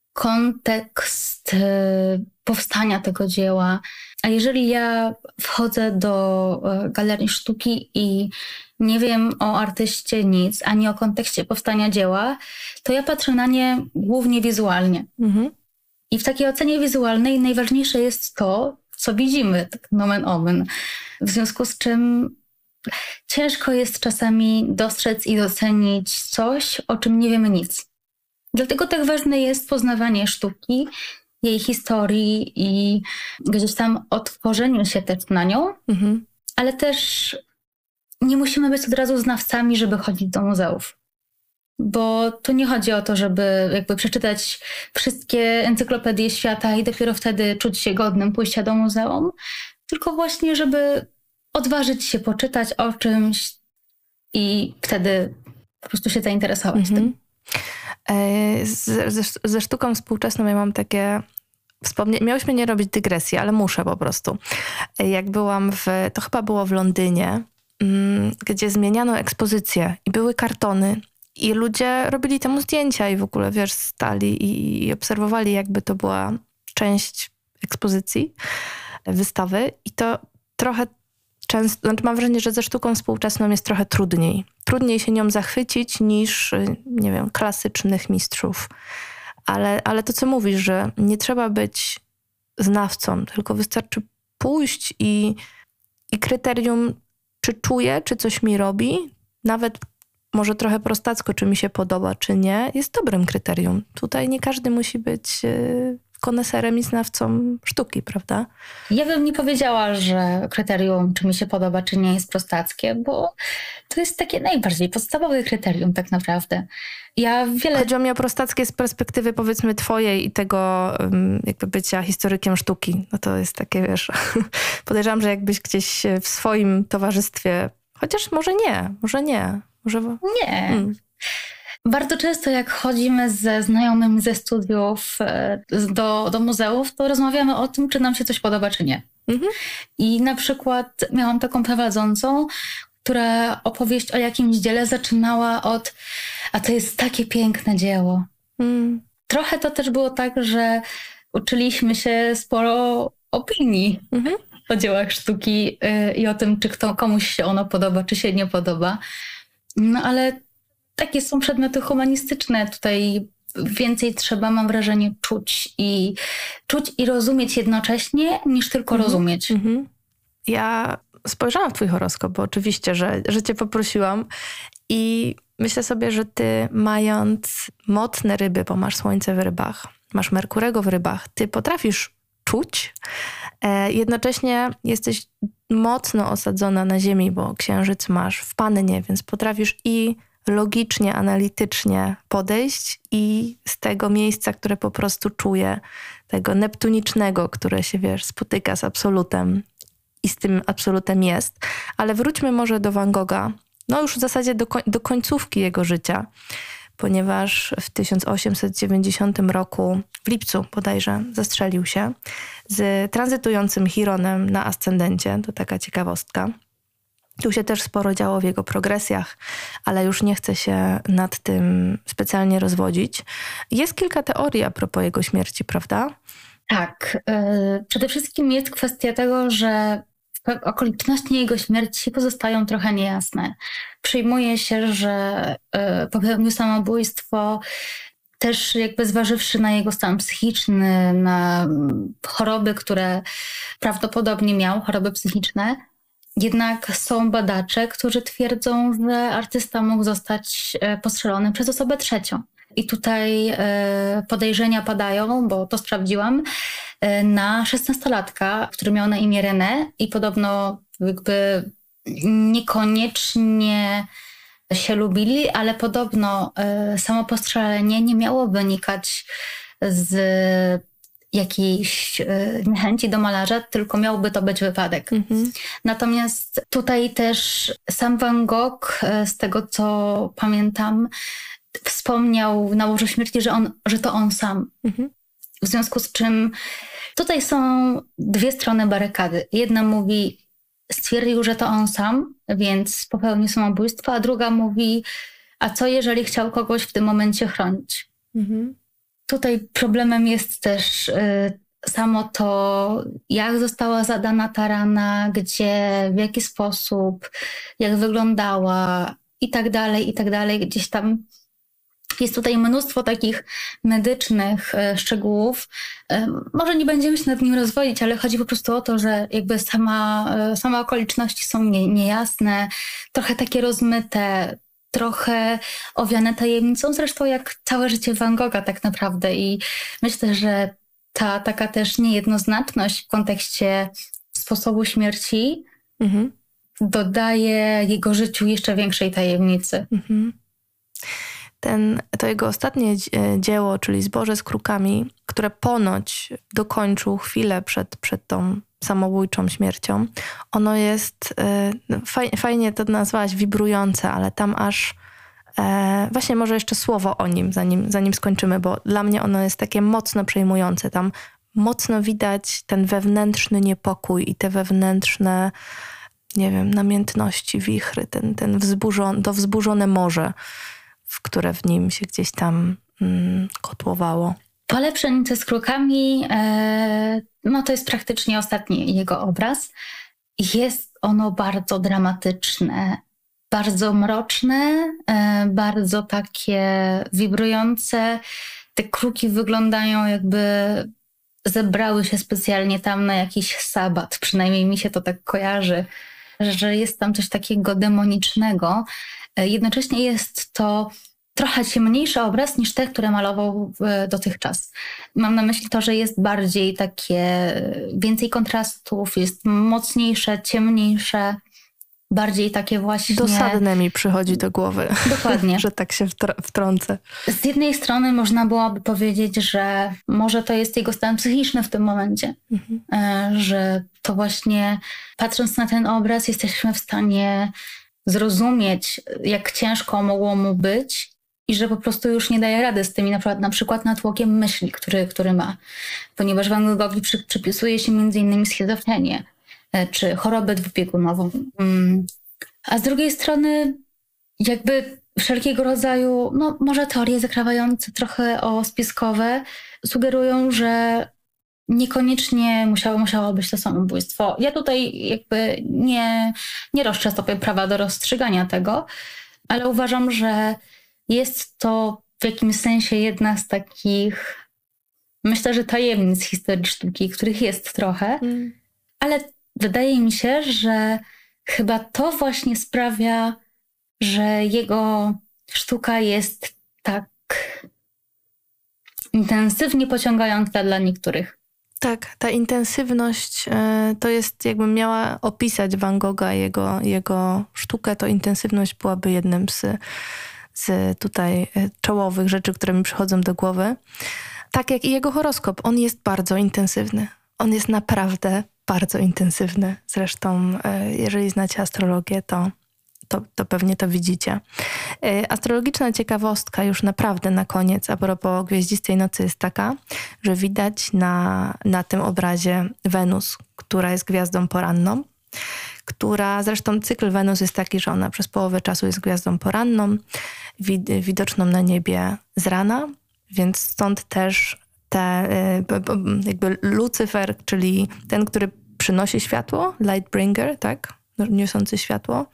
kontekst powstania tego dzieła. A jeżeli ja wchodzę do galerii sztuki i nie wiem o artyście nic, ani o kontekście powstania dzieła, to ja patrzę na nie głównie wizualnie. I w takiej ocenie wizualnej najważniejsze jest to, co widzimy, tak nomen omen. W związku z czym ciężko jest czasami dostrzec i docenić coś, o czym nie wiemy nic. Dlatego tak ważne jest poznawanie sztuki, jej historii i gdzieś tam otworzeniu się też na nią, ale też nie musimy być od razu znawcami, żeby chodzić do muzeów. Bo tu nie chodzi o to, żeby jakby przeczytać wszystkie encyklopedie świata i dopiero wtedy czuć się godnym pójścia do muzeum, tylko właśnie, żeby odważyć się poczytać o czymś i wtedy po prostu się zainteresować tym. Ze sztuką współczesną ja mam takie miałyśmy nie robić dygresji, ale muszę po prostu. Jak byłam to chyba było w Londynie, gdzie zmieniano ekspozycję i były kartony i ludzie robili temu zdjęcia i w ogóle, wiesz, stali i obserwowali, jakby to była część ekspozycji, wystawy, i to trochę często, znaczy mam wrażenie, że ze sztuką współczesną jest trochę trudniej. Trudniej się nią zachwycić niż, nie wiem, klasycznych mistrzów. Ale to, co mówisz, że nie trzeba być znawcą, tylko wystarczy pójść i kryterium, czy czuję, czy coś mi robi, nawet może trochę prostacko, czy mi się podoba, czy nie, jest dobrym kryterium. Tutaj nie każdy musi być koneserem i znawcą sztuki, prawda? Ja bym nie powiedziała, że kryterium, czy mi się podoba, czy nie, jest prostackie, bo to jest takie najbardziej podstawowe kryterium tak naprawdę. Chodzi o mnie o prostackie z perspektywy, powiedzmy, twojej i tego jakby bycia historykiem sztuki. No to jest takie, wiesz, podejrzewam, że jakbyś gdzieś w swoim towarzystwie, chociaż może nie. Nie. Bardzo często jak chodzimy ze znajomymi ze studiów do muzeów, to rozmawiamy o tym, czy nam się coś podoba, czy nie. I na przykład miałam taką prowadzącą, która opowieść o jakimś dziele zaczynała od a to jest takie piękne dzieło. Trochę to też było tak, że uczyliśmy się sporo opinii o dziełach sztuki i o tym, czy komuś się ono podoba, czy się nie podoba. No ale takie są przedmioty humanistyczne. Tutaj więcej trzeba, mam wrażenie, czuć i rozumieć jednocześnie, niż tylko rozumieć. Ja spojrzałam w twój horoskop, bo oczywiście, że cię poprosiłam i myślę sobie, że ty, mając mocne ryby, bo masz słońce w rybach, masz Merkurego w rybach, ty potrafisz czuć, jednocześnie jesteś mocno osadzona na ziemi, bo księżyc masz w Pannie, więc potrafisz i logicznie, analitycznie podejść i z tego miejsca, które po prostu czuję, tego neptunicznego, które się, spotyka z absolutem i z tym absolutem jest. Ale wróćmy może do Van Gogha, no już w zasadzie do końcówki jego życia, ponieważ w 1890 roku, w lipcu bodajże, zastrzelił się z tranzytującym Chironem na ascendencie. To taka ciekawostka. Tu się też sporo działo w jego progresjach, ale już nie chcę się nad tym specjalnie rozwodzić. Jest kilka teorii a propos jego śmierci, prawda? Tak. Przede wszystkim jest kwestia tego, że okoliczności jego śmierci pozostają trochę niejasne. Przyjmuje się, że popełnił samobójstwo też jakby zważywszy na jego stan psychiczny, na choroby, które prawdopodobnie miał, choroby psychiczne. Jednak są badacze, którzy twierdzą, że artysta mógł zostać postrzelony przez osobę trzecią. I tutaj podejrzenia padają, bo to sprawdziłam, na 16-latka, który miał na imię René i podobno jakby niekoniecznie się lubili, ale podobno samo postrzelenie nie miało wynikać z jakiejś niechęci do malarza, tylko miałby to być wypadek. Natomiast tutaj też sam Van Gogh, z tego co pamiętam, wspomniał na łożu śmierci, że to on sam. W związku z czym tutaj są dwie strony barykady. Jedna mówi, stwierdził, że to on sam, więc popełnił samobójstwo, a druga mówi, a co jeżeli chciał kogoś w tym momencie chronić? Tutaj problemem jest też samo to, jak została zadana ta rana, gdzie, w jaki sposób, jak wyglądała i tak dalej. Gdzieś tam jest tutaj mnóstwo takich medycznych szczegółów. Może nie będziemy się nad nim rozwodzić, ale chodzi po prostu o to, że jakby same okoliczności są niejasne, trochę takie rozmyte, trochę owiane tajemnicą, zresztą jak całe życie Van Gogha tak naprawdę. I myślę, że ta taka też niejednoznaczność w kontekście sposobu śmierci dodaje jego życiu jeszcze większej tajemnicy. To jego ostatnie dzieło, czyli Zboże z krukami, które ponoć dokończył chwilę przed tą samobójczą śmiercią, ono jest, fajnie to nazwałaś, wibrujące, ale tam aż właśnie może jeszcze słowo o nim, zanim skończymy, bo dla mnie ono jest takie mocno przejmujące. Tam mocno widać ten wewnętrzny niepokój i te wewnętrzne, nie wiem, namiętności, wichry, to wzburzone morze, w które w nim się gdzieś tam kotłowało. Pole pszenicy z krukami, no to jest praktycznie ostatni jego obraz. Jest ono bardzo dramatyczne, bardzo mroczne, bardzo takie wibrujące. Te kruki wyglądają jakby zebrały się specjalnie tam na jakiś sabat. Przynajmniej mi się to tak kojarzy, że jest tam coś takiego demonicznego. Jednocześnie jest to trochę ciemniejszy obraz niż te, które malował dotychczas. Mam na myśli to, że jest bardziej takie, więcej kontrastów, jest mocniejsze, ciemniejsze, bardziej takie właśnie... Dosadne mi przychodzi do głowy. Dokładnie. Że tak się wtrącę. Z jednej strony można byłoby powiedzieć, że może to jest jego stan psychiczny w tym momencie. Że to właśnie patrząc na ten obraz jesteśmy w stanie zrozumieć, jak ciężko mogło mu być i że po prostu już nie daje rady z tymi na przykład natłokiem myśli, który ma. Ponieważ Van Goghowi przypisuje się m.in. schizofrenię czy chorobę dwubiegunową. A z drugiej strony jakby wszelkiego rodzaju, no może teorie zakrawające trochę o spiskowe sugerują, że niekoniecznie musiało być to samobójstwo. Ja tutaj jakby nie roszczę sobie prawa do rozstrzygania tego, ale uważam, że jest to w jakimś sensie jedna z takich, myślę, że tajemnic historii sztuki, których jest trochę, ale wydaje mi się, że chyba to właśnie sprawia, że jego sztuka jest tak intensywnie pociągająca dla niektórych. Tak, ta intensywność to jest, jakbym miała opisać Van Gogha, jego sztukę, to intensywność byłaby jednym z tutaj czołowych rzeczy, które mi przychodzą do głowy. Tak jak i jego horoskop, on jest bardzo intensywny. On jest naprawdę bardzo intensywny. Zresztą, jeżeli znacie astrologię, to pewnie to widzicie. Astrologiczna ciekawostka już naprawdę na koniec, a propos Gwieździstej Nocy, jest taka, że widać na tym obrazie Wenus, która jest gwiazdą poranną, która zresztą cykl Wenus jest taki, że ona przez połowę czasu jest gwiazdą poranną, widoczną na niebie z rana, więc stąd też jakby Lucyfer, czyli ten, który przynosi światło, Lightbringer, tak? Niosący światło.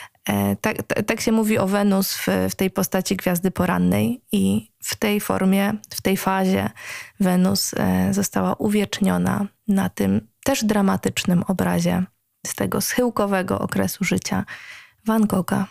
Tak się mówi o Wenus w tej postaci gwiazdy porannej i w tej formie, w tej fazie Wenus została uwieczniona na tym też dramatycznym obrazie z tego schyłkowego okresu życia Van Gogha.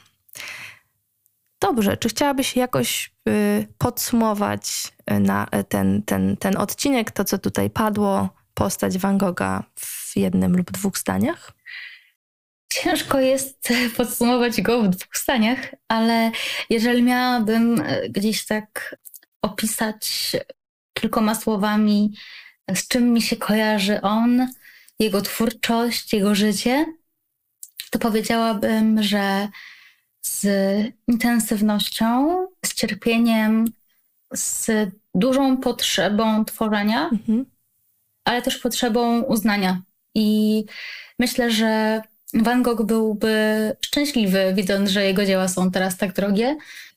Dobrze, czy chciałabyś jakoś podsumować na ten odcinek, to co tutaj padło, postać Van Gogha w jednym lub dwóch zdaniach? Ciężko jest podsumować go w dwóch zdaniach, ale jeżeli miałabym gdzieś tak opisać kilkoma słowami, z czym mi się kojarzy on, jego twórczość, jego życie, to powiedziałabym, że z intensywnością, z cierpieniem, z dużą potrzebą tworzenia, ale też potrzebą uznania. I myślę, że Van Gogh byłby szczęśliwy, widząc, że jego dzieła są teraz tak drogie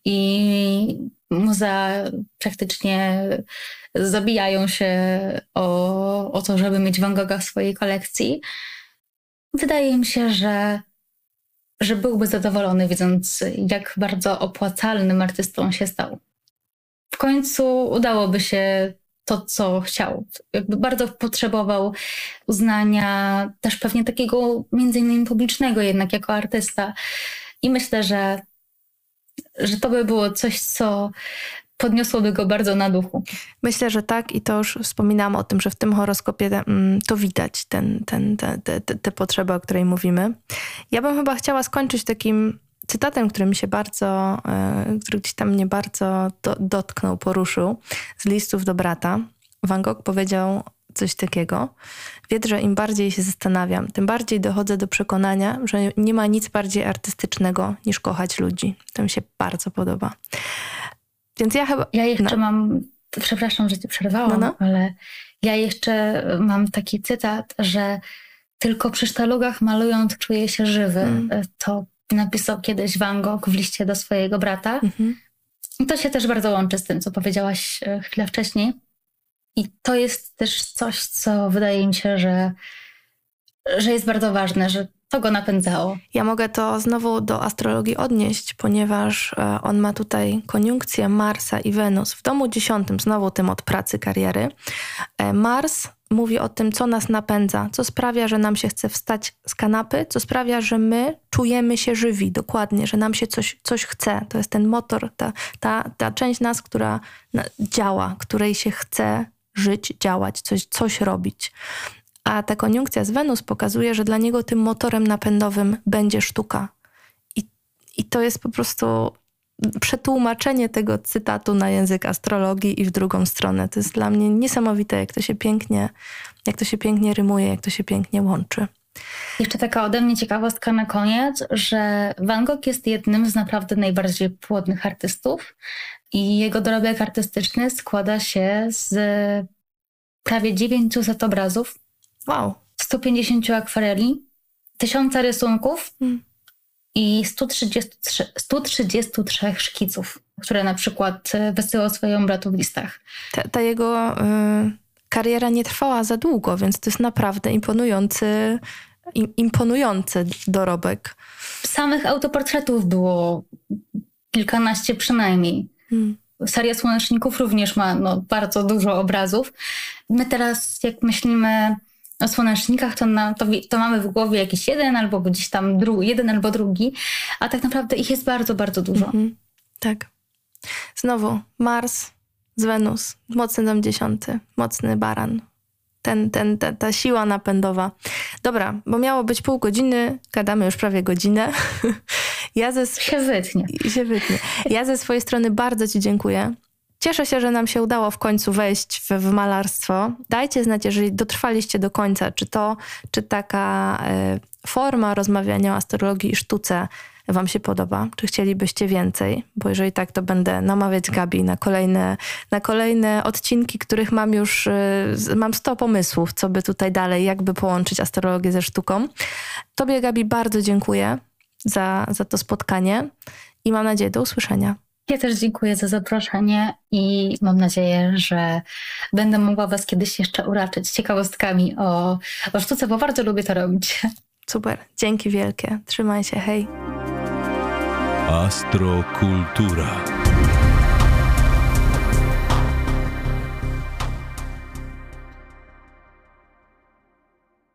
i muzea praktycznie zabijają się o to, żeby mieć Van Gogha w swojej kolekcji. Wydaje mi się, że byłby zadowolony, widząc, jak bardzo opłacalnym artystą się stał. W końcu udałoby się to, co chciał. Jakby bardzo potrzebował uznania, też pewnie takiego między innymi publicznego jednak jako artysta. I myślę, że to by było coś, co podniosłoby go bardzo na duchu. Myślę, że tak i to już wspominałam o tym, że w tym horoskopie to widać, te potrzeby, o której mówimy. Ja bym chyba chciała skończyć takim cytatem, który gdzieś tam mnie bardzo dotknął, poruszył, z listów do brata. Van Gogh powiedział coś takiego: wiedz, że im bardziej się zastanawiam, tym bardziej dochodzę do przekonania, że nie ma nic bardziej artystycznego niż kochać ludzi. To mi się bardzo podoba. Więc ja jeszcze mam, przepraszam, że cię przerwałam, ale ja jeszcze mam taki cytat, że tylko przy sztalugach malując czuję się żywy. To napisał kiedyś Van Gogh w liście do swojego brata. I to się też bardzo łączy z tym, co powiedziałaś chwilę wcześniej. I to jest też coś, co wydaje mi się, że jest bardzo ważne, że to go napędzało. Ja mogę to znowu do astrologii odnieść, ponieważ on ma tutaj koniunkcję Marsa i Wenus w domu 10, znowu tym od pracy, kariery. Mars mówi o tym, co nas napędza, co sprawia, że nam się chce wstać z kanapy, co sprawia, że my czujemy się żywi, dokładnie, że nam się coś chce. To jest ten motor, ta część nas, która działa, której się chce żyć, działać, coś robić. A ta koniunkcja z Wenus pokazuje, że dla niego tym motorem napędowym będzie sztuka. I to jest po prostu przetłumaczenie tego cytatu na język astrologii i w drugą stronę. To jest dla mnie niesamowite, jak to się pięknie rymuje, jak to się pięknie łączy. Jeszcze taka ode mnie ciekawostka na koniec, że Van Gogh jest jednym z naprawdę najbardziej płodnych artystów i jego dorobek artystyczny składa się z prawie 900 obrazów, wow, 150 akwareli, 1000 rysunków i 133 szkiców, które na przykład wysyłał swojemu bratu w listach. Ta jego kariera nie trwała za długo, więc to jest naprawdę imponujący dorobek. Samych autoportretów było kilkanaście przynajmniej. Seria Słoneczników również ma bardzo dużo obrazów. My teraz, jak myślimy o Słonecznikach, to mamy w głowie jakiś jeden albo gdzieś tam jeden albo drugi, a tak naprawdę ich jest bardzo, bardzo dużo. Tak. Znowu Mars z Wenus, mocny dom 10, mocny baran. Ta siła napędowa. Dobra, bo miało być pół godziny, gadamy już prawie godzinę. Się wytnie. Ja ze swojej strony bardzo ci dziękuję. Cieszę się, że nam się udało w końcu wejść w malarstwo. Dajcie znać, jeżeli dotrwaliście do końca, czy taka forma rozmawiania o astrologii i sztuce wam się podoba, czy chcielibyście więcej, bo jeżeli tak, to będę namawiać Gabi na kolejne odcinki, których mam 100 pomysłów, co by tutaj dalej, jakby połączyć astrologię ze sztuką. Tobie, Gabi, bardzo dziękuję za to spotkanie i mam nadzieję do usłyszenia. Ja też dziękuję za zaproszenie i mam nadzieję, że będę mogła was kiedyś jeszcze uraczyć ciekawostkami o sztuce, bo bardzo lubię to robić. Super, dzięki wielkie. Trzymaj się, hej. Astrokultura.